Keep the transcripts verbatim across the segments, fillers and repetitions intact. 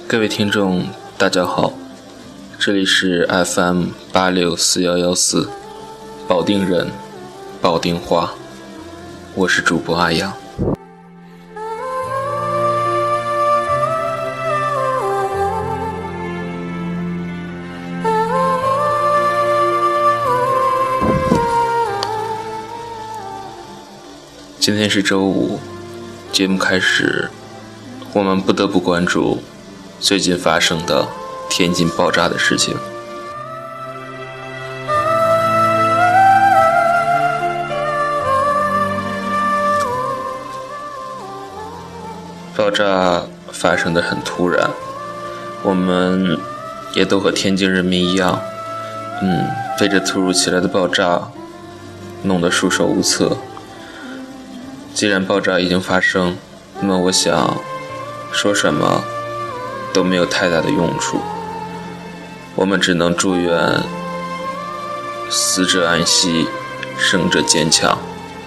各位听众大家好，这里是 F M 八六四一一四，保定人，保定话，我是主播阿阳。今天是周五，节目开始，我们不得不关注最近发生的天津爆炸的事情。爆炸发生的很突然，我们也都和天津人民一样，嗯，被这突如其来的爆炸弄得束手无策。既然爆炸已经发生，那么我想说什么都没有太大的用处，我们只能祝愿死者安息，生者坚强。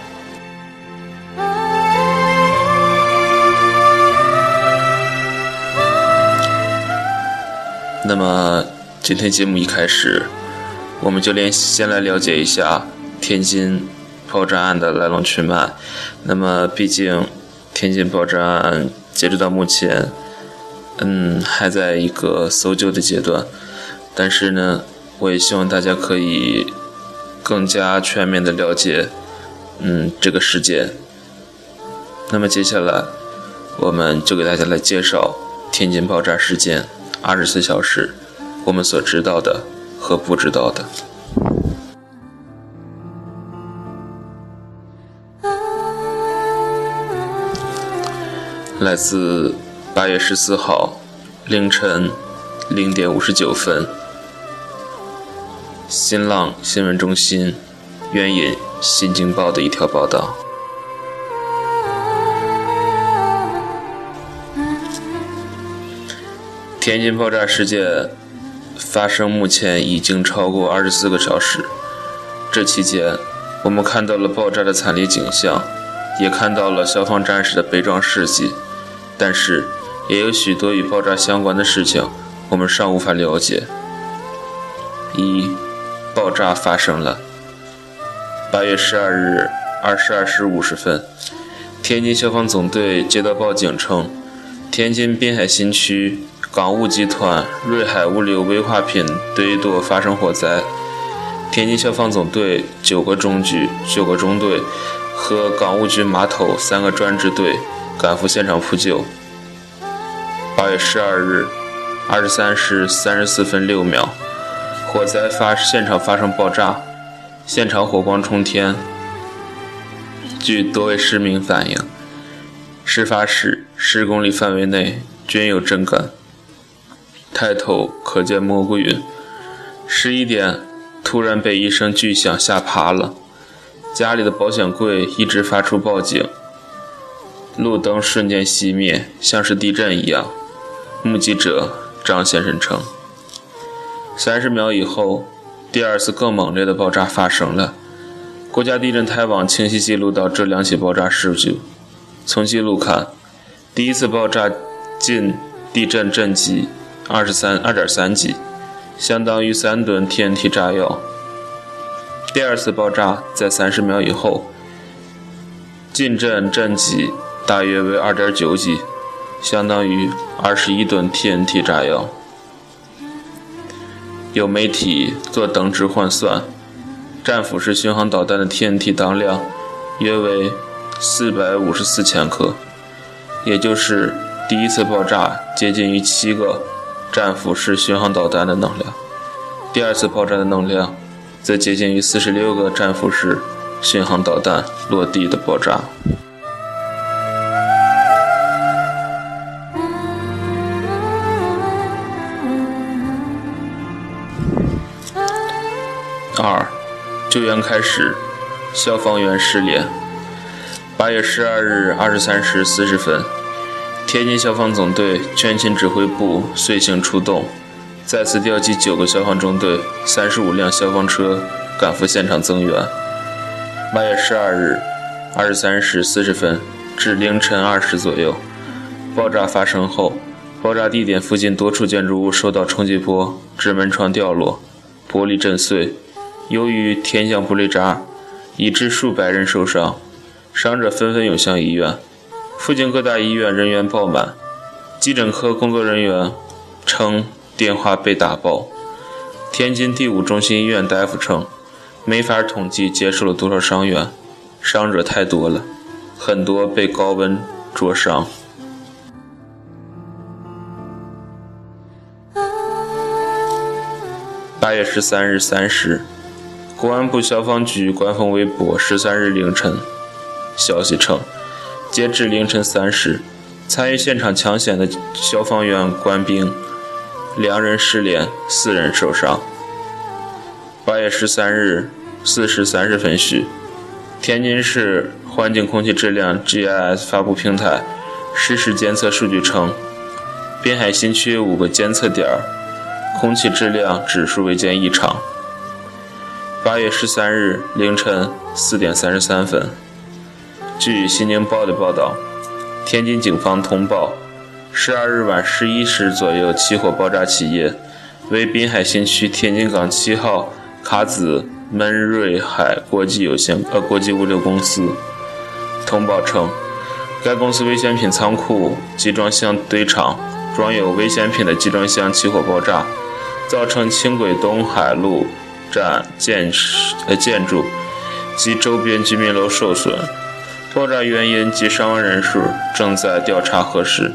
那么今天节目一开始，我们就先来了解一下天津爆炸案的来龙去脉。那么毕竟天津爆炸案截止到目前嗯，还在一个搜救的阶段，但是呢，我也希望大家可以更加全面的了解嗯这个事件。那么接下来我们就给大家来介绍天津爆炸事件二十四小时我们所知道的和不知道的。来自八月十四号凌晨零点五十九分，新浪新闻中心援引新京报的一条报道。天津爆炸事件发生目前已经超过二十四个小时，这期间我们看到了爆炸的惨烈景象，也看到了消防战士的悲壮事迹，但是也有许多与爆炸相关的事情我们尚无法了解。一，爆炸发生了。八月十二日二十二时五十分，天津消防总队接到报警称，天津滨海新区港务集团瑞海物流危化品堆垛发生火灾，天津消防总队九个中局、九个中队和港务局码头三个专职队赶赴现场扑救。八月十二日二十三时三十四分六秒，火灾发现场发生爆炸，现场火光冲天。据多位市民反映，事发时十公里范围内均有震感，抬头可见蘑菇云。十一点突然被一声巨响吓趴了，家里的保险柜一直发出报警，路灯瞬间熄灭，像是地震一样。目击者张先生称，三十秒以后，第二次更猛烈的爆炸发生了。国家地震台网清晰记录到这两起爆炸事故。从记录看，第一次爆炸近地震震级二点三级，相当于三吨 T N T 炸药。第二次爆炸在三十秒以后，近震震级大约为 二点九级，相当于二十一吨 T N T 炸药。有媒体做等值换算，战斧式巡航导弹的 T N T 当量约为四百五十四千克，也就是第一次爆炸接近于七个战斧式巡航导弹的能量，第二次爆炸的能量则接近于四十六个战斧式巡航导弹落地的爆炸。二，救援开始，消防员失联。八月十二日二十三时四十分，天津消防总队全勤指挥部遂行出动，再次调集九个消防中队、三十五辆消防车赶赴现场增援。八月十二日二十三时四十分至凌晨二时左右，爆炸发生后， 爆炸地点附近多处建筑物受到冲击波，致门窗掉落，玻璃震碎。由于天降玻璃渣，已致数百人受伤，伤者纷纷涌向医院。附近各大医院人员爆满，急诊科工作人员称电话被打爆。天津第五中心医院大夫称，没法统计接受了多少伤员，伤者太多了，很多被高温灼伤。八月十三日三时，公安部消防局官方微博十三日凌晨消息称，截至凌晨三时，参与现场抢险的消防员官兵两人失联，四人受伤。八月十三日四时三十分许，天津市环境空气质量 G I S 发布平台实时监测数据称，滨海新区五个监测点空气质量指数未见异常。八月十三日凌晨四点三十三分，据新京报的报道，天津警方通报，十二日晚十一时左右起火爆炸企业为滨海新区天津港七号卡子闷瑞海国际有限呃国际物流公司。通报称，该公司危险品仓库集装箱堆场装有危险品的集装箱起火爆炸，造成轻轨东海路站建呃建筑及周边居民楼受损，爆炸原因及伤亡人数正在调查核实。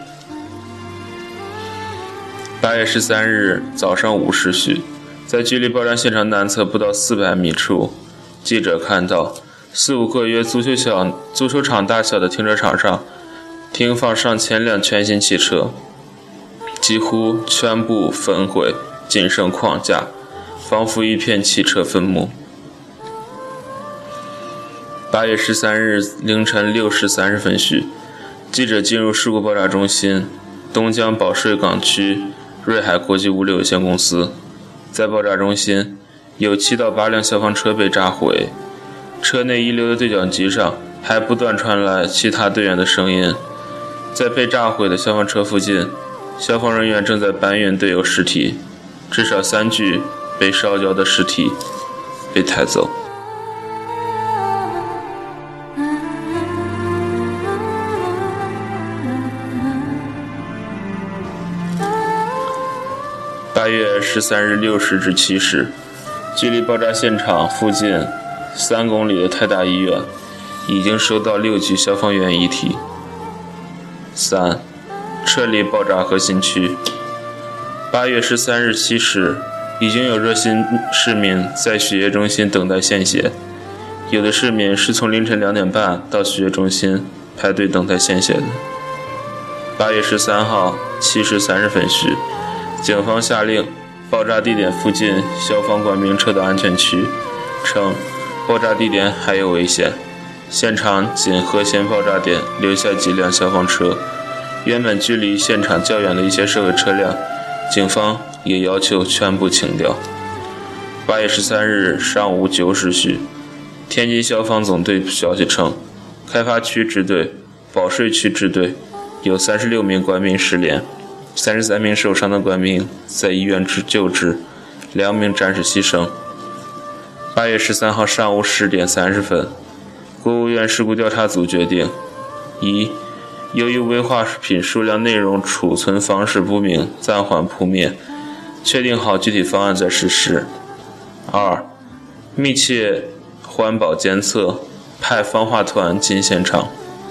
八月十三日早上五时许，在距离爆炸现场南侧不到四百米处，记者看到四五个约足球场足球场大小的停车场上停放上千辆全新汽车，几乎全部焚毁，仅剩框架，仿佛一片汽车坟墓。八月十三日凌晨六时三十分许，记者进入事故爆炸中心东江保税港区瑞海国际物流有限公司。在爆炸中心，有七到八辆消防车被炸毁，车内遗留的对讲机上还不断传来其他队员的声音。在被炸毁的消防车附近，消防人员正在搬运队友尸体，至少三具被烧焦的尸体被抬走。八月十三日六时至七时，距离爆炸现场附近三公里的泰大医院已经收到六具消防员遗体。三、撤离爆炸核心区。八月十三日七时，已经有热心市民在血液中心等待献血，有的市民是从凌晨两点半到血液中心排队等待献血的。八月十三号七时三十分许，警方下令爆炸地点附近消防官兵撤到安全区，称爆炸地点还有危险，现场仅核心爆炸点留下几辆消防车，原本距离现场较远的一些社会车辆，警方也要求全部清掉。八月十三日上午九时许，天津消防总队消息称，开发区支队、保税区支队有三十六名官兵失联，三十三名受伤的官兵在医院救治，两名战士牺牲。八月十三号上午十点三十分，国务院事故调查组决定：一、由于危化品数量内容储存方式不明，暂缓扑灭，确定好具体方案再实施。二、密切环保监测，派防化团进现场。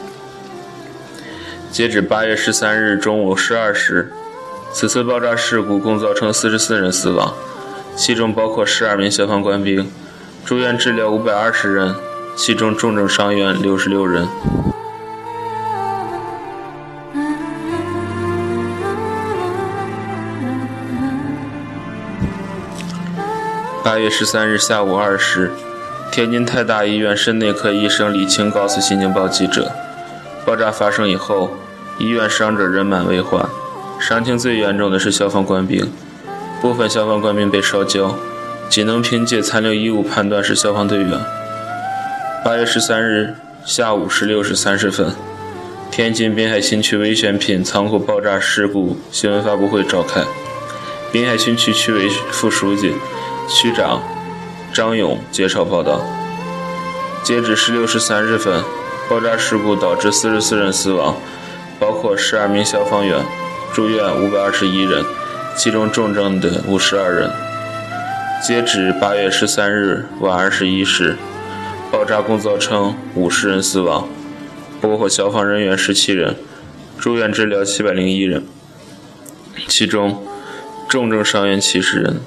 截止八月十三日中午十二时，此次爆炸事故共造成四十四人死亡，其中包括十二名消防官兵，住院治疗五百二十人，其中重症伤员六十六人。八月十三日下午二时，天津泰大医院肾内科医生李清告诉新京报记者，爆炸发生以后，医院伤者人满为患，伤情最严重的是消防官兵，部分消防官兵被烧焦，仅能凭借残留衣物判断是消防队员。八月十三日下午十六时三十分， 天津滨海新区危险品仓库爆炸事故新闻发布会召开，滨海新区区委副书记、区长张勇介绍报道。截止十六时三十分，爆炸事故导致四十四人死亡，包括十二名消防员，住院五百二十一人，其中重症的五十二人。截止八月十三日晚二十一时，爆炸共造成五十人死亡，包括消防人员十七人，住院治疗七百零一人，其中重症伤员七十人。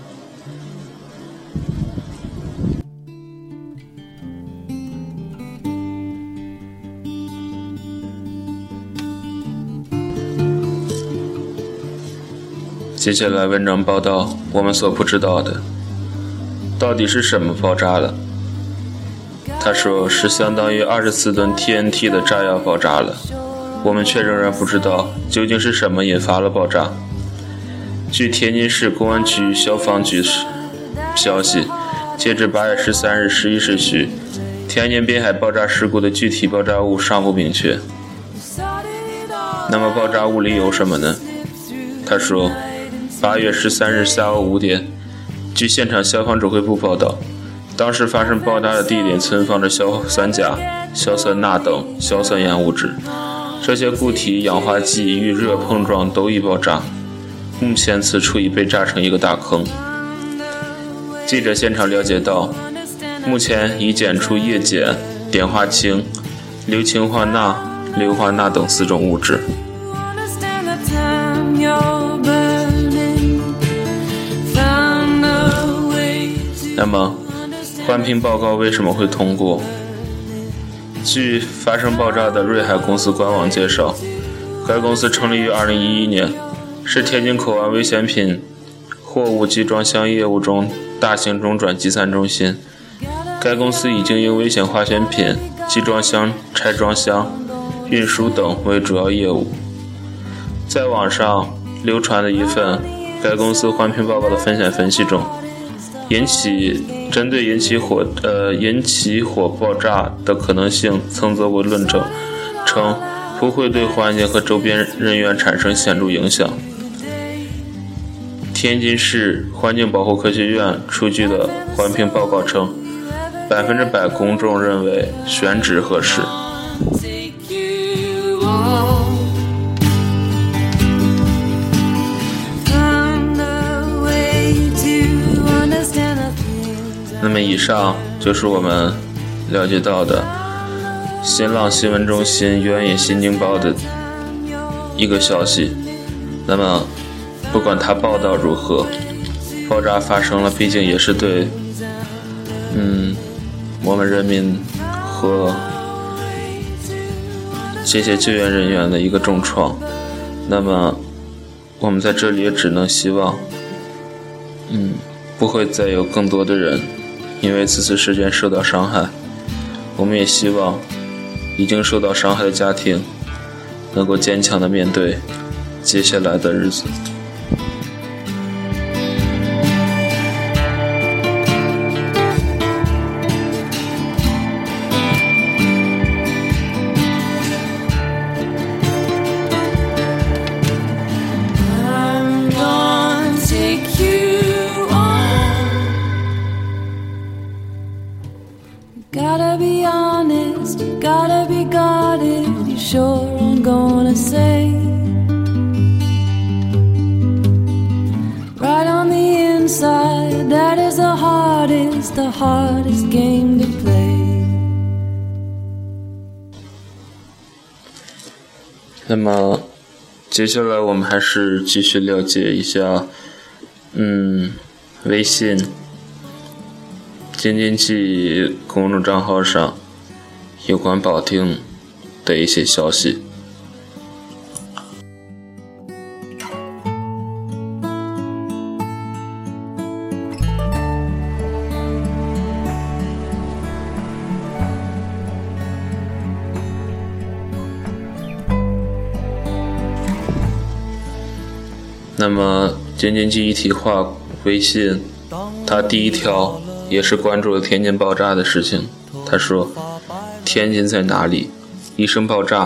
接下来文章报道我们所不知道的，到底是什么爆炸了？他说是相当于二十四吨 T N T 的炸药爆炸了，我们却仍然不知道究竟是什么引发了爆炸。据天津市公安局消防局消息，截至八月十三日十一时许，天津滨海爆炸事故的具体爆炸物尚不明确。那么爆炸物里有什么呢？他说八月十三日下午五点，据现场消防指挥部报道，当时发生爆炸的地点存放着硝酸钾、硝酸钠等硝酸盐物质，这些固体氧化剂遇热碰撞都易爆炸，目前此处已被炸成一个大坑。记者现场了解到，目前已检出液碱、碘化氢、硫氰化钠、硫化钠等四种物质。那么环评报告为什么会通过？据发生爆炸的瑞海公司官网介绍，该公司成立于二零一一年，是天津口岸危险品货物集装箱业务中大型中转集散中心。该公司以经营危险化学品集装箱、拆装箱、运输等为主要业务。在网上流传的一份该公司环评报告的风险分析中，引起针对引起火呃引起火爆炸的可能性曾做过论证，称不会对环境和周边人员产生显著影响。天津市环境保护科学院出具的环评报告称，百分之百公众认为选址合适。那么以上就是我们了解到的新浪新闻中心原野新京报的一个消息。那么不管它报道如何，爆炸发生了，毕竟也是对嗯我们人民和这些救援人员的一个重创。那么我们在这里也只能希望嗯不会再有更多的人因为此次事件受到伤害。我们也希望已经受到伤害的家庭能够坚强地面对接下来的日子。 Gotta be honest, gotta be guarded, you sure I'm gonna say right on the inside, that is the hardest, the hardest game to play. 那么接下来我们还是继续了解一下嗯微信京津冀公众账号上有关保定的一些消息。那么京津冀一体化微信，它第一条也是关注了天津爆炸的事情。他说，天津在哪里？一声爆炸，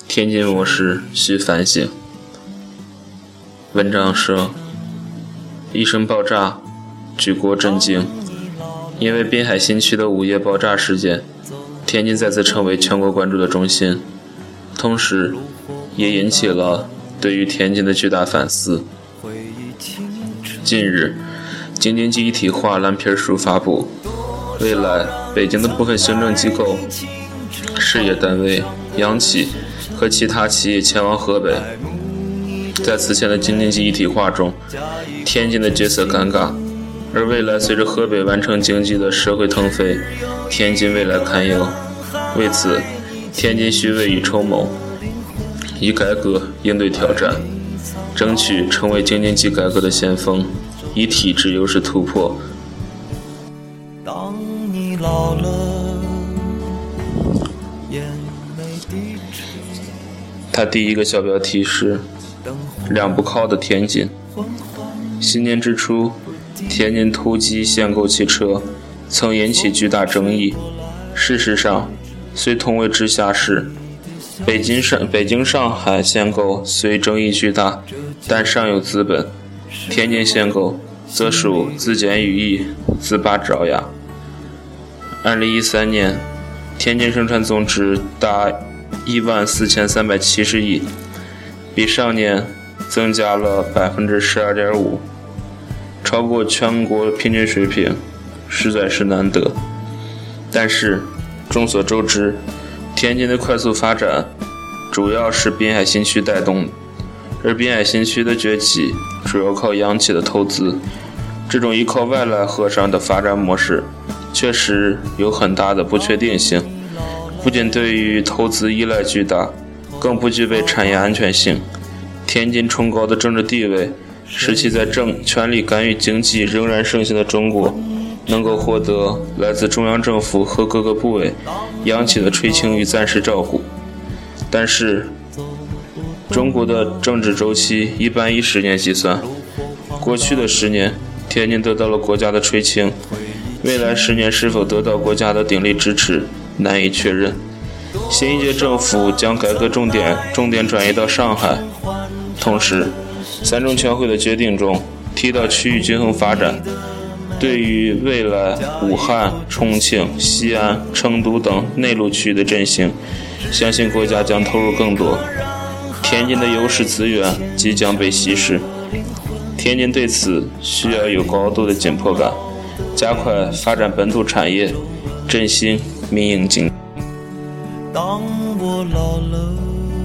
天津模式需反省。文章说，一声爆炸，举国震惊。因为滨海新区的午夜爆炸事件，天津再次成为全国关注的中心，同时也引起了对于天津的巨大反思。近日，京津冀一体化蓝皮书发布，未来北京的部分行政机构、事业单位、央企和其他企业前往河北。在此前的京津冀一体化中，天津的角色尴尬，而未来随着河北完成经济的社会腾飞，天津未来堪忧。为此，天津需未雨绸缪，以改革应对挑战，争取成为京津冀改革的先锋，以体制优势突破。当你老了，眼眉低垂。他第一个小标题是两不靠的天津。新年之初，天津突击限购汽车曾引起巨大争议。事实上，虽同为直辖市，北京上北京上海限购虽争议巨大，但尚有资本。天津限购则属自检羽翼，自拔爪牙。二零一三年，天津生产总值达一万四千三百七十亿，比上年增加了百分之十二点五，超过全国平均水平，实在是难得。但是，众所周知，天津的快速发展主要是滨海新区带动的，而滨海新区的崛起主要靠央企的投资。这种依靠外来和尚的发展模式，确实有很大的不确定性，不仅对于投资依赖巨大，更不具备产业安全性。天津崇高的政治地位，使其在政权力干预经济仍然盛行的中国，能够获得来自中央政府和各个部委、央企的垂青与暂时照顾。但是，中国的政治周期一般以十年计算，过去的十年，天津得到了国家的垂青，未来十年是否得到国家的鼎力支持，难以确认。新一届政府将改革重点重点转移到上海，同时，三中全会的决定中提到区域均衡发展，对于未来武汉、重庆、西安、成都等内陆区域的振兴，相信国家将投入更多。天津的优势资源即将被稀释，天津对此需要有高度的紧迫感，加快发展本土产业，振兴民营经济。当我老了，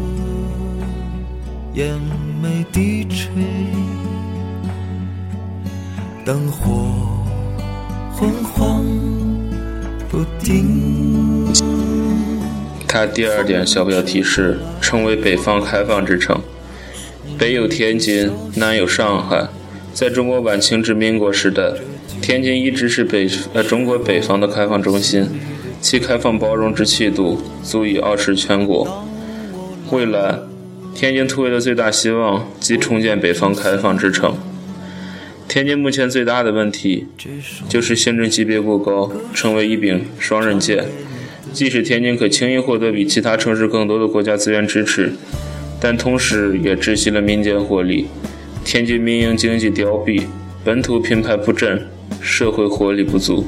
眼眉低垂，灯火昏黄不定。他第二点小标题是成为北方开放之城。北有天津，南有上海。在中国晚清至民国时代，天津一直是北呃中国北方的开放中心，其开放包容之气度足以傲视全国。未来，天津突围的最大希望即重建北方开放之城。天津目前最大的问题就是行政级别过高，成为一柄双刃剑。即使天津可轻易获得比其他城市更多的国家资源支持，但同时也窒息了民间活力。天津民营经济凋敝，本土品牌不振，社会活力不足。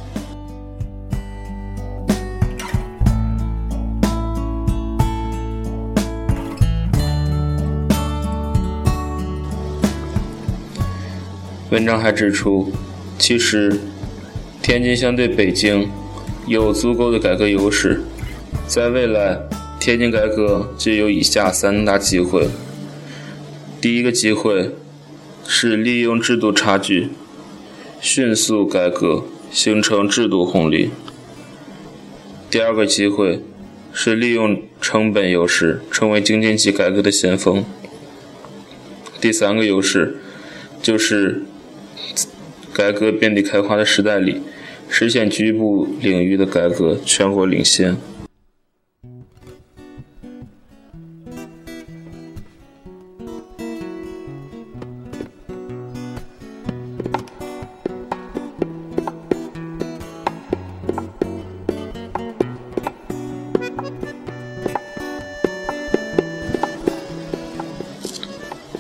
文章还指出，其实天津相对北京有足够的改革优势，在未来天津改革就有以下三大机会。第一个机会是利用制度差距，迅速改革，形成制度红利。第二个机会是利用成本优势，成为京津冀改革的先锋。第三个优势就是改革遍地开花的时代里，实现局部领域的改革全国领先。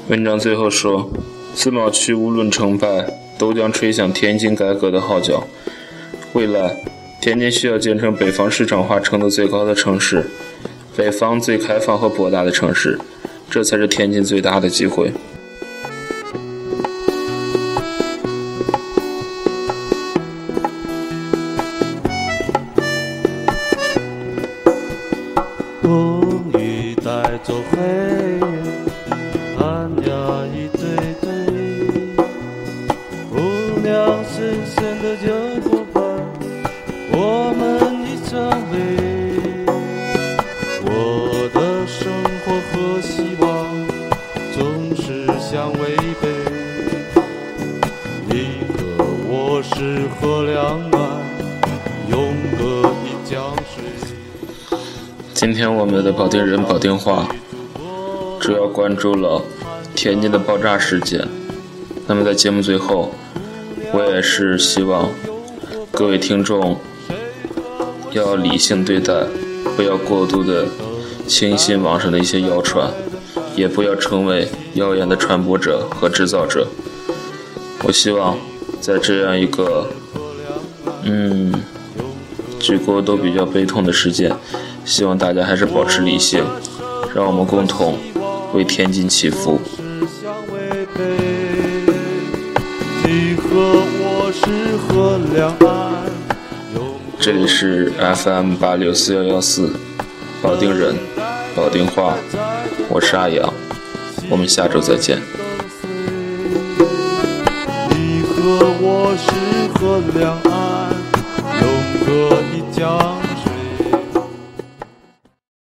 文章最后说，自贸区无论成败，都将吹响天津改革的号角。未来，天津需要建成北方市场化程度最高的城市，北方最开放和博大的城市，这才是天津最大的机会。 风雨带走黑夜，寒鸦一对对，姑娘深深的旧伙伴，我们已成为我的生活和希望总是相违背，你和我是河两岸，永隔一江水。 今天我们的保定人保定话主要关注了天津的爆炸事件。那么在节目最后，我也是希望各位听众要理性对待，不要过度的轻信网上的一些谣传，也不要成为谣言的传播者和制造者。我希望在这样一个嗯举国都比较悲痛的事件，希望大家还是保持理性，让我们共同为天津祈福。这里是 F M 八六四幺幺四，保定人，保定话，我是阿阳，我们下周再见。 你和我是河两岸。